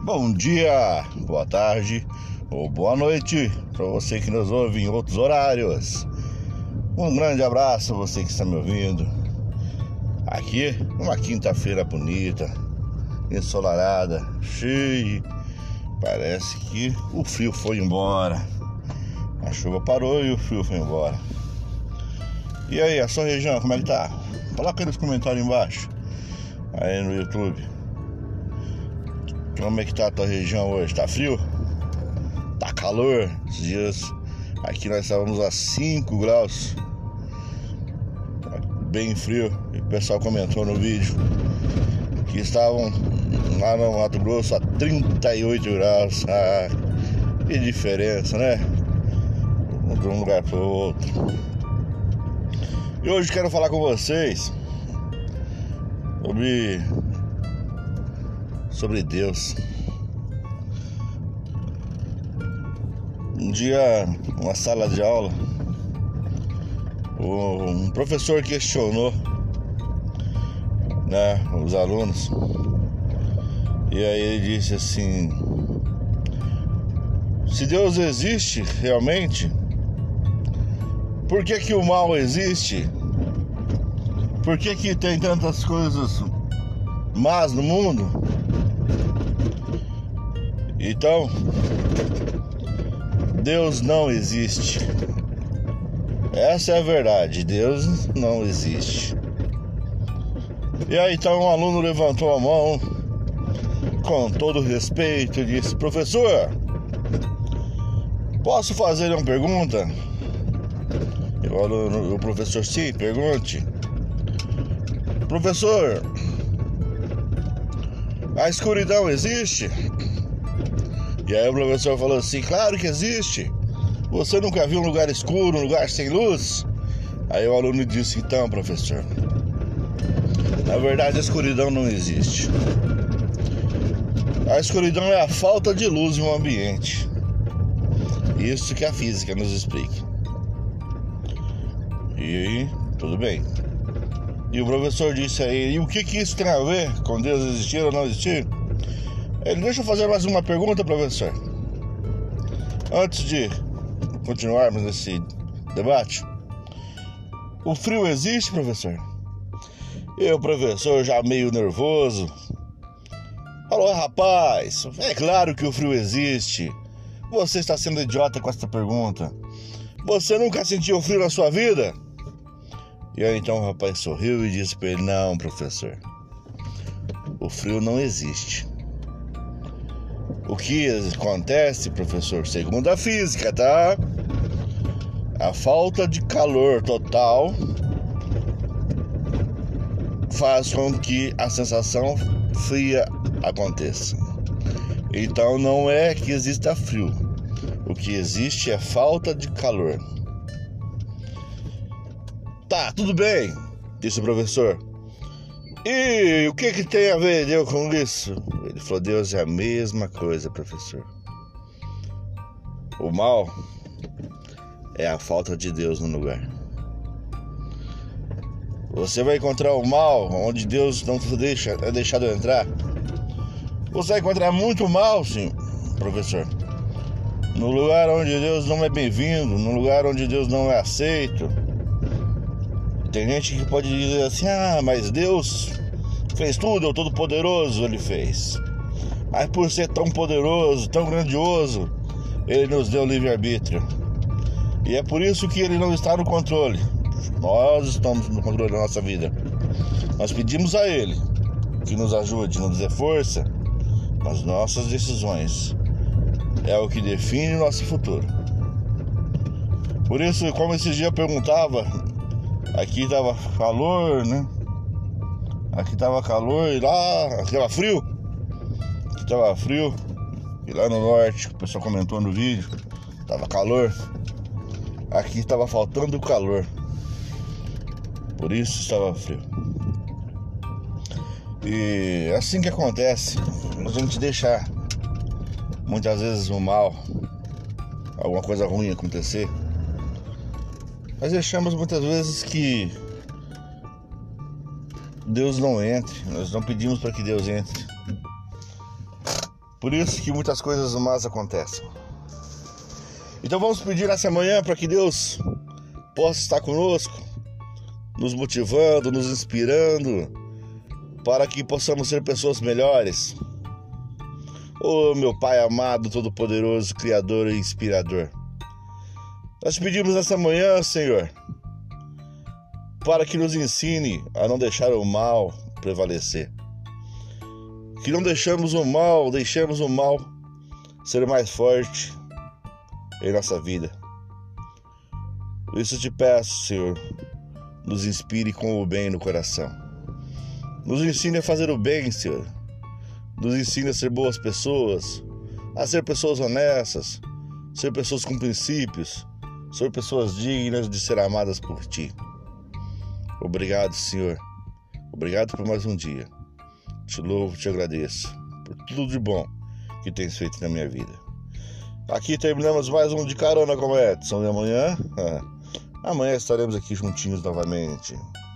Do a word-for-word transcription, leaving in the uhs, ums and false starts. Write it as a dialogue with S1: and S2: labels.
S1: Bom dia, boa tarde ou boa noite para você que nos ouve em outros horários. Um grande abraço a você que está me ouvindo. Aqui, uma quinta-feira bonita, ensolarada, cheia. Parece que o frio foi embora. A chuva parou e o frio foi embora. E aí, a sua região, como é que tá? Coloca aí nos comentários embaixo, aí no YouTube. Como é que tá a tua região hoje? Tá frio? Tá calor? Esses dias aqui nós estávamos a cinco graus. Bem frio. E o pessoal comentou no vídeo que estavam lá no Mato Grosso a trinta e oito graus. Ah, que diferença, né? De um lugar para o outro. E hoje quero falar com vocês sobre sobre Deus. Um dia, numa sala de aula, um professor questionou, né, os alunos. E aí ele disse assim: se Deus existe realmente, por que que o mal existe? Por que que tem tantas coisas más no mundo? Então, Deus não existe. Essa é a verdade, Deus não existe. E aí então um aluno levantou a mão com todo respeito e disse: professor, posso fazer uma pergunta? E o aluno, o professor: sim, pergunte. Professor, a escuridão existe? E aí o professor falou assim: claro que existe. Você nunca viu um lugar escuro, um lugar sem luz? Aí o aluno disse: então, professor, na verdade a escuridão não existe. A escuridão é a falta de luz em um ambiente. Isso que a física nos explica. E tudo bem. E o professor disse aí: e o que que isso tem a ver com Deus existir ou não existir? Ele: deixa eu fazer mais uma pergunta, professor, antes de continuarmos nesse debate. O frio existe, professor? E o professor, já meio nervoso, falou: rapaz, é claro que o frio existe. Você está sendo idiota com essa pergunta. Você nunca sentiu frio na sua vida? E aí então o rapaz sorriu e disse para ele: não, professor, o frio não existe. O que acontece, professor, segundo a física, tá? A falta de calor total faz com que a sensação fria aconteça. Então não é que exista frio. O que existe é falta de calor. Tá, tudo bem, disse o professor. E o que que tem a ver Deus com isso? Ele falou: Deus é a mesma coisa, professor. O mal é a falta de Deus no lugar. Você vai encontrar o mal onde Deus não te deixa, é deixado entrar. Você vai encontrar muito mal, sim, professor, no lugar onde Deus não é bem-vindo, no lugar onde Deus não é aceito. Tem gente que pode dizer assim: ah, mas Deus fez tudo, é o Todo-Poderoso, Ele fez. Mas por ser tão poderoso, tão grandioso, Ele nos deu livre-arbítrio. E é por isso que Ele não está no controle. Nós estamos no controle da nossa vida. Nós pedimos a Ele que nos ajude, nos dê força nas nossas decisões. É o que define o nosso futuro. Por isso, como esse dia eu perguntava, aqui tava calor, né? Aqui tava calor e lá, aqui tava frio. Aqui tava frio. E lá no norte, o pessoal comentou no vídeo, tava calor. Aqui estava faltando calor. Por isso estava frio. E assim que acontece, a gente deixa muitas vezes o mal, alguma coisa ruim acontecer. Nós deixamos muitas vezes que Deus não entre. Nós não pedimos para que Deus entre. Por isso que muitas coisas más acontecem. Então vamos pedir nessa manhã para que Deus possa estar conosco, nos motivando, nos inspirando, para que possamos ser pessoas melhores. Oh, meu Pai amado, todo-poderoso, Criador e Inspirador, nós pedimos nessa manhã, Senhor, para que nos ensine a não deixar o mal prevalecer. Que não deixamos o mal, deixemos o mal ser mais forte em nossa vida. Por isso te peço, Senhor, nos inspire com o bem no coração. Nos ensine a fazer o bem, Senhor. Nos ensine a ser boas pessoas, a ser pessoas honestas, ser pessoas com princípios, ser pessoas dignas de ser amadas por Ti. Obrigado, Senhor. Obrigado por mais um dia. Te louvo, te agradeço por tudo de bom que tens feito na minha vida. Aqui terminamos mais um De Carona com Edson. E amanhã, amanhã estaremos aqui juntinhos novamente.